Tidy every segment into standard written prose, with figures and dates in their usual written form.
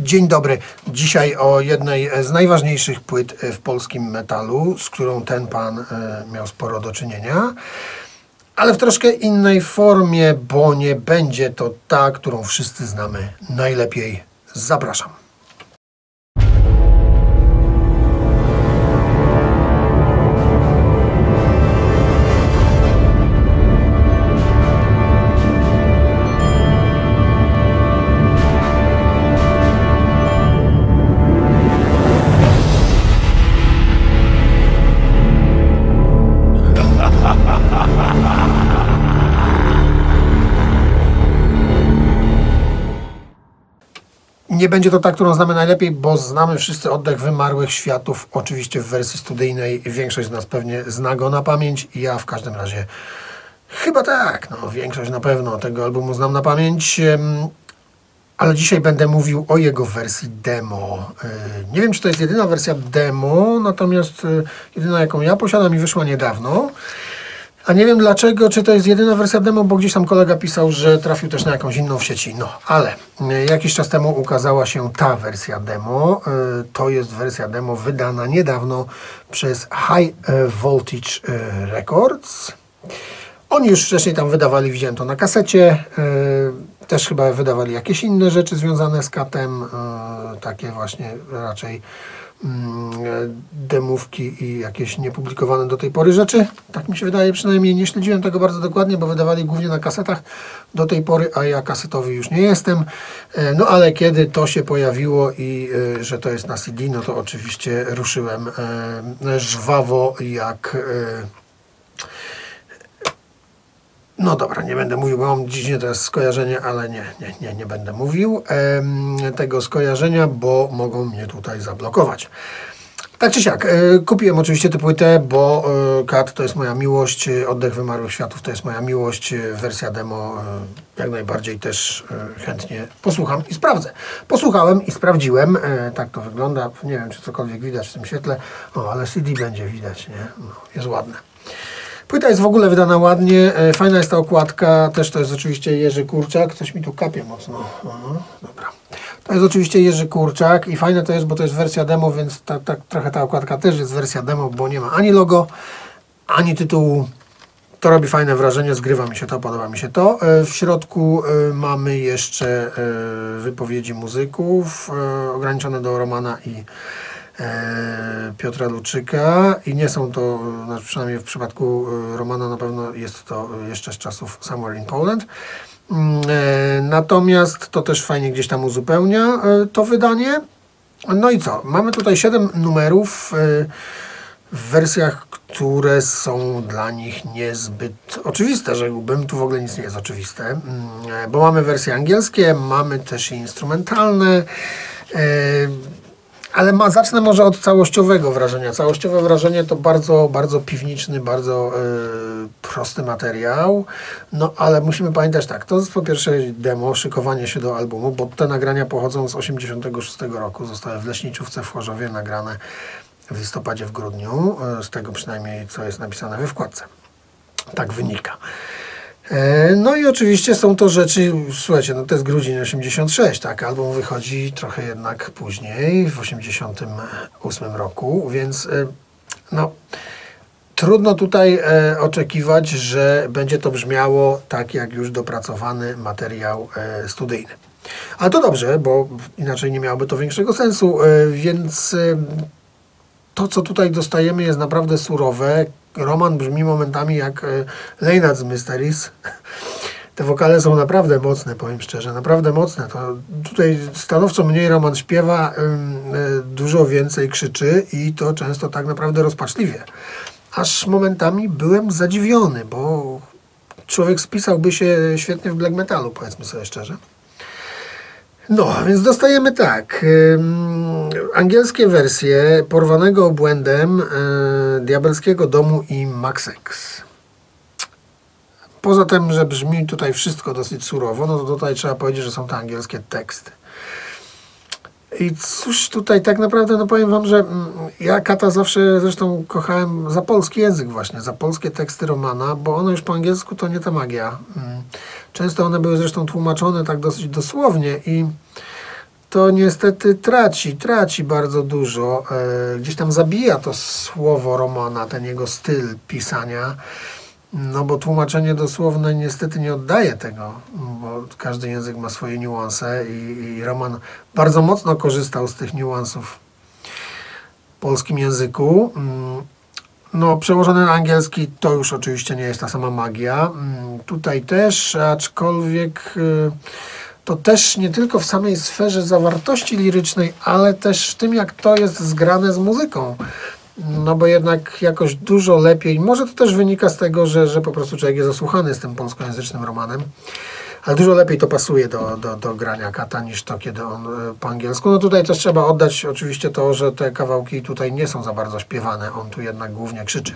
Dzień dobry. Dzisiaj o jednej z najważniejszych płyt w polskim metalu, z którą ten pan miał sporo do czynienia, ale w troszkę innej formie, bo nie będzie to ta, którą wszyscy znamy najlepiej. Zapraszam. Nie będzie to ta, którą znamy najlepiej, bo znamy wszyscy Oddech Wymarłych Światów, oczywiście w wersji studyjnej. Większość z nas pewnie zna go na pamięć. Ja w każdym razie chyba tak, większość na pewno tego albumu znam na pamięć. Ale dzisiaj będę mówił o jego wersji demo. Nie wiem, czy to jest jedyna wersja demo, natomiast jedyna, jaką ja posiadam i wyszła niedawno. A nie wiem dlaczego, czy to jest jedyna wersja demo, bo gdzieś tam kolega pisał, że trafił też na jakąś inną w sieci. Ale jakiś czas temu ukazała się ta wersja demo. To jest wersja demo wydana niedawno przez High Voltage Records. Oni już wcześniej tam wydawali, widziałem to na kasecie. Też chyba wydawali jakieś inne rzeczy związane z katem. Takie właśnie raczej demówki i jakieś niepublikowane do tej pory rzeczy. Tak mi się wydaje, przynajmniej nie śledziłem tego bardzo dokładnie, bo wydawali głównie na kasetach do tej pory, a ja kasetowy już nie jestem. Ale kiedy to się pojawiło i że to jest na CD, no to oczywiście ruszyłem żwawo jak... No dobra, nie będę mówił, bo mam dziś to jest skojarzenie, ale nie będę mówił tego skojarzenia, bo mogą mnie tutaj zablokować. Tak czy siak, kupiłem oczywiście tę płytę, bo Kat to jest moja miłość, Oddech Wymarłych Światów to jest moja miłość, wersja demo jak najbardziej też chętnie posłucham i sprawdzę. Posłuchałem i sprawdziłem, tak to wygląda, nie wiem czy cokolwiek widać w tym świetle, ale CD będzie widać, nie? Jest ładne. Płyta jest w ogóle wydana ładnie, fajna jest ta okładka, też to jest oczywiście Jerzy Kurczak, ktoś mi tu kapie mocno, dobra. To jest oczywiście Jerzy Kurczak i fajne to jest, bo to jest wersja demo, więc trochę ta okładka też jest wersja demo, bo nie ma ani logo, ani tytułu. To robi fajne wrażenie, zgrywa mi się to, podoba mi się to. W środku mamy jeszcze wypowiedzi muzyków, ograniczone do Romana i Piotra Luczyka i nie są to, przynajmniej w przypadku Romana na pewno jest to jeszcze z czasów Somewhere in Poland. Natomiast to też fajnie gdzieś tam uzupełnia to wydanie. No i co? Mamy tutaj 7 numerów w wersjach, które są dla nich niezbyt oczywiste, rzekłbym. Tu w ogóle nic nie jest oczywiste, bo mamy wersje angielskie, mamy też i instrumentalne. Ale zacznę może od całościowego wrażenia. Całościowe wrażenie to bardzo, bardzo piwniczny, bardzo prosty materiał. Ale musimy pamiętać tak, to jest po pierwsze demo, szykowanie się do albumu, bo te nagrania pochodzą z 1986 roku. Zostały w Leśniczówce w Chorzowie nagrane w listopadzie, w grudniu. Z tego przynajmniej, co jest napisane we wkładce. Tak wynika. No i oczywiście są to rzeczy, słuchajcie, to jest grudzień 86, tak, album wychodzi trochę jednak później, w 88 roku, więc trudno tutaj oczekiwać, że będzie to brzmiało tak jak już dopracowany materiał studyjny. Ale to dobrze, bo inaczej nie miałoby to większego sensu, więc to, co tutaj dostajemy, jest naprawdę surowe. Roman brzmi momentami jak Leonard z Mysteries. Te wokale są naprawdę mocne, powiem szczerze, naprawdę mocne. To tutaj stanowczo mniej Roman śpiewa, dużo więcej krzyczy i to często tak naprawdę rozpaczliwie. Aż momentami byłem zadziwiony, bo człowiek spisałby się świetnie w black metalu, powiedzmy sobie szczerze. Więc dostajemy tak, angielskie wersje Porwanego obłędem, Diabelskiego domu i Maxex. Poza tym, że brzmi tutaj wszystko dosyć surowo, to tutaj trzeba powiedzieć, że są to angielskie teksty. I cóż tutaj tak naprawdę, powiem wam, że ja Kata zawsze zresztą kochałem za polski język właśnie, za polskie teksty Romana, bo one już po angielsku to nie ta magia. Często one były zresztą tłumaczone tak dosyć dosłownie i to niestety traci bardzo dużo. Gdzieś tam zabija to słowo Romana, ten jego styl pisania, no bo tłumaczenie dosłowne niestety nie oddaje tego, bo każdy język ma swoje niuanse i Roman bardzo mocno korzystał z tych niuansów w polskim języku. No, przełożone na angielski to już oczywiście nie jest ta sama magia. Tutaj też, aczkolwiek to też nie tylko w samej sferze zawartości lirycznej, ale też w tym, jak to jest zgrane z muzyką. No bo jednak jakoś dużo lepiej, może to też wynika z tego, że po prostu człowiek jest zasłuchany z tym polskojęzycznym Romanem, ale dużo lepiej to pasuje do grania Kata niż to, kiedy on po angielsku. No tutaj też trzeba oddać oczywiście to, że te kawałki tutaj nie są za bardzo śpiewane, on tu jednak głównie krzyczy.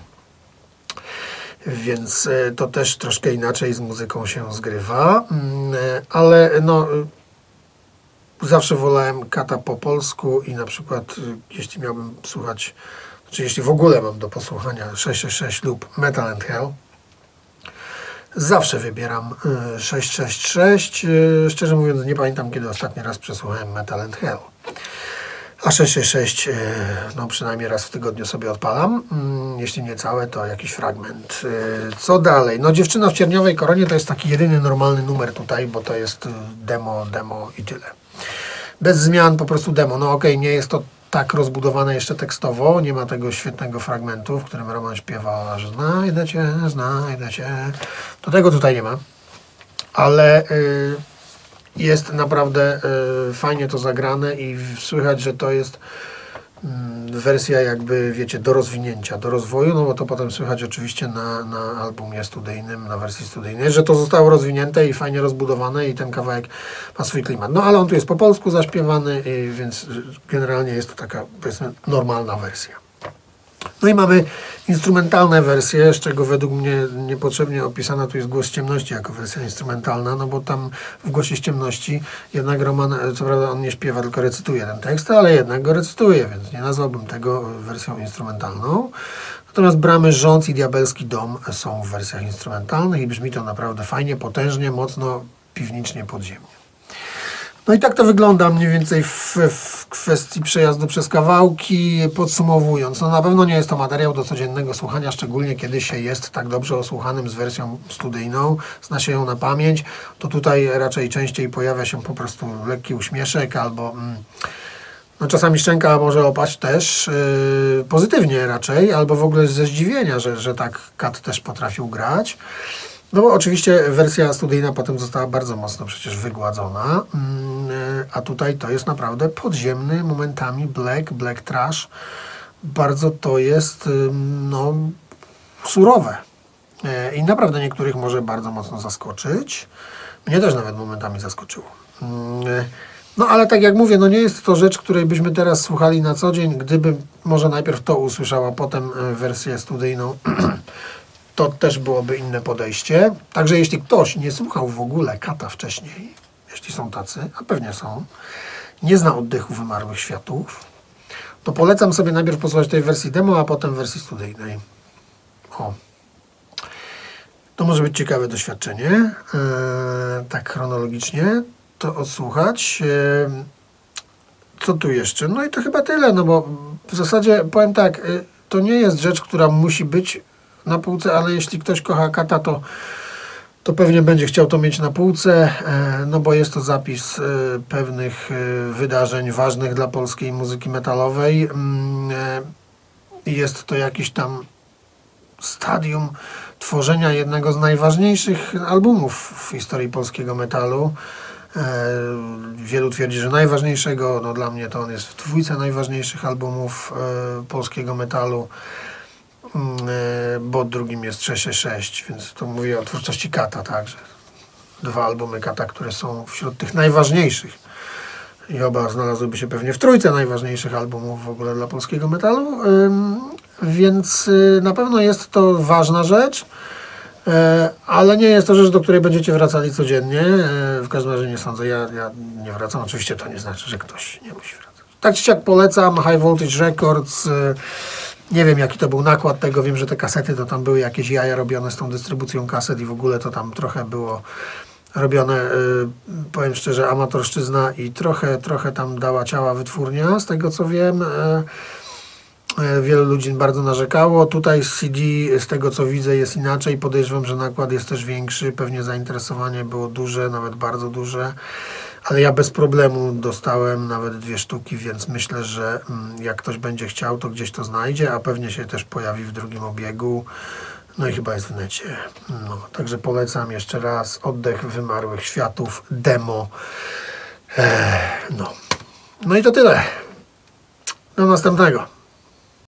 Więc to też troszkę inaczej z muzyką się zgrywa, ale no zawsze wolałem Kata po polsku i na przykład jeśli miałbym słuchać, czy jeśli w ogóle mam do posłuchania 666 lub Metal and Hell, zawsze wybieram 666. Szczerze mówiąc nie pamiętam, kiedy ostatni raz przesłuchałem Metal and Hell. A 666 no przynajmniej raz w tygodniu sobie odpalam. Jeśli nie całe, to jakiś fragment. Co dalej? No Dziewczyna w cierniowej koronie to jest taki jedyny normalny numer tutaj, bo to jest demo i tyle. Bez zmian, po prostu demo. No okej, nie jest to tak rozbudowane jeszcze tekstowo, nie ma tego świetnego fragmentu, w którym Roman śpiewa, że znajdę cię. To tego tutaj nie ma. Ale jest naprawdę fajnie to zagrane i słychać, że to jest wersja jakby, wiecie, do rozwinięcia, do rozwoju, no bo to potem słychać oczywiście na albumie studyjnym, na wersji studyjnej, że to zostało rozwinięte i fajnie rozbudowane i ten kawałek ma swój klimat. No ale on tu jest po polsku zaśpiewany, więc generalnie jest to taka, powiedzmy, normalna wersja. No i mamy instrumentalne wersje, z czego według mnie niepotrzebnie opisana tu jest Głos z ciemności jako wersja instrumentalna, no bo tam w Głosie z ciemności jednak Roman, co prawda on nie śpiewa, tylko recytuje ten tekst, ale jednak go recytuje, więc nie nazwałbym tego wersją instrumentalną. Natomiast Bramy Rządz i Diabelski Dom są w wersjach instrumentalnych i brzmi to naprawdę fajnie, potężnie, mocno, piwnicznie, podziemnie. No i tak to wygląda mniej więcej w kwestii przejazdu przez kawałki. Podsumowując, no na pewno nie jest to materiał do codziennego słuchania, szczególnie kiedy się jest tak dobrze osłuchanym z wersją studyjną, zna się ją na pamięć, to tutaj raczej częściej pojawia się po prostu lekki uśmieszek albo no czasami szczęka może opaść też pozytywnie raczej, albo w ogóle ze zdziwienia, że tak Kat też potrafił grać. No bo oczywiście wersja studyjna potem została bardzo mocno przecież wygładzona, a tutaj to jest naprawdę podziemny, momentami black trash. Bardzo to jest no, surowe i naprawdę niektórych może bardzo mocno zaskoczyć. Mnie też nawet momentami zaskoczyło. No ale tak jak mówię, no nie jest to rzecz, której byśmy teraz słuchali na co dzień. Gdybym może najpierw to usłyszał, a potem wersję studyjną, to też byłoby inne podejście. Także jeśli ktoś nie słuchał w ogóle Kata wcześniej, jeśli są tacy, a pewnie są, nie zna Oddechu Wymarłych Światów, to polecam sobie najpierw posłuchać tej wersji demo, a potem wersji studyjnej. O. To może być ciekawe doświadczenie, tak chronologicznie to odsłuchać. Co tu jeszcze? No i to chyba tyle, no bo w zasadzie powiem tak, to nie jest rzecz, która musi być na półce, ale jeśli ktoś kocha Kata, to pewnie będzie chciał to mieć na półce, no bo jest to zapis pewnych wydarzeń ważnych dla polskiej muzyki metalowej. Jest to jakiś tam stadium tworzenia jednego z najważniejszych albumów w historii polskiego metalu. Wielu twierdzi, że najważniejszego, no dla mnie to on jest w dwójce najważniejszych albumów polskiego metalu, bo drugim jest 666, więc to mówię o twórczości Kata także. Dwa albumy Kata, które są wśród tych najważniejszych i oba znalazłyby się pewnie w trójce najważniejszych albumów w ogóle dla polskiego metalu, więc na pewno jest to ważna rzecz, ale nie jest to rzecz, do której będziecie wracali codziennie. W każdym razie nie sądzę, ja nie wracam. Oczywiście to nie znaczy, że ktoś nie musi wracać. Tak czy siak polecam, High Voltage Records. Nie wiem, jaki to był nakład tego. Wiem, że te kasety to tam były jakieś jaja robione z tą dystrybucją kaset i w ogóle to tam trochę było robione, powiem szczerze, amatorszczyzna i trochę tam dała ciała wytwórnia, z tego co wiem. Wielu ludzi bardzo narzekało. Tutaj z CD, z tego co widzę, jest inaczej. Podejrzewam, że nakład jest też większy. Pewnie zainteresowanie było duże, nawet bardzo duże. Ale ja bez problemu dostałem nawet 2 sztuki, więc myślę, że jak ktoś będzie chciał, to gdzieś to znajdzie, a pewnie się też pojawi w drugim obiegu. No i chyba jest w necie. No, także polecam jeszcze raz Oddech Wymarłych Światów, demo. No. No i to tyle. Do następnego.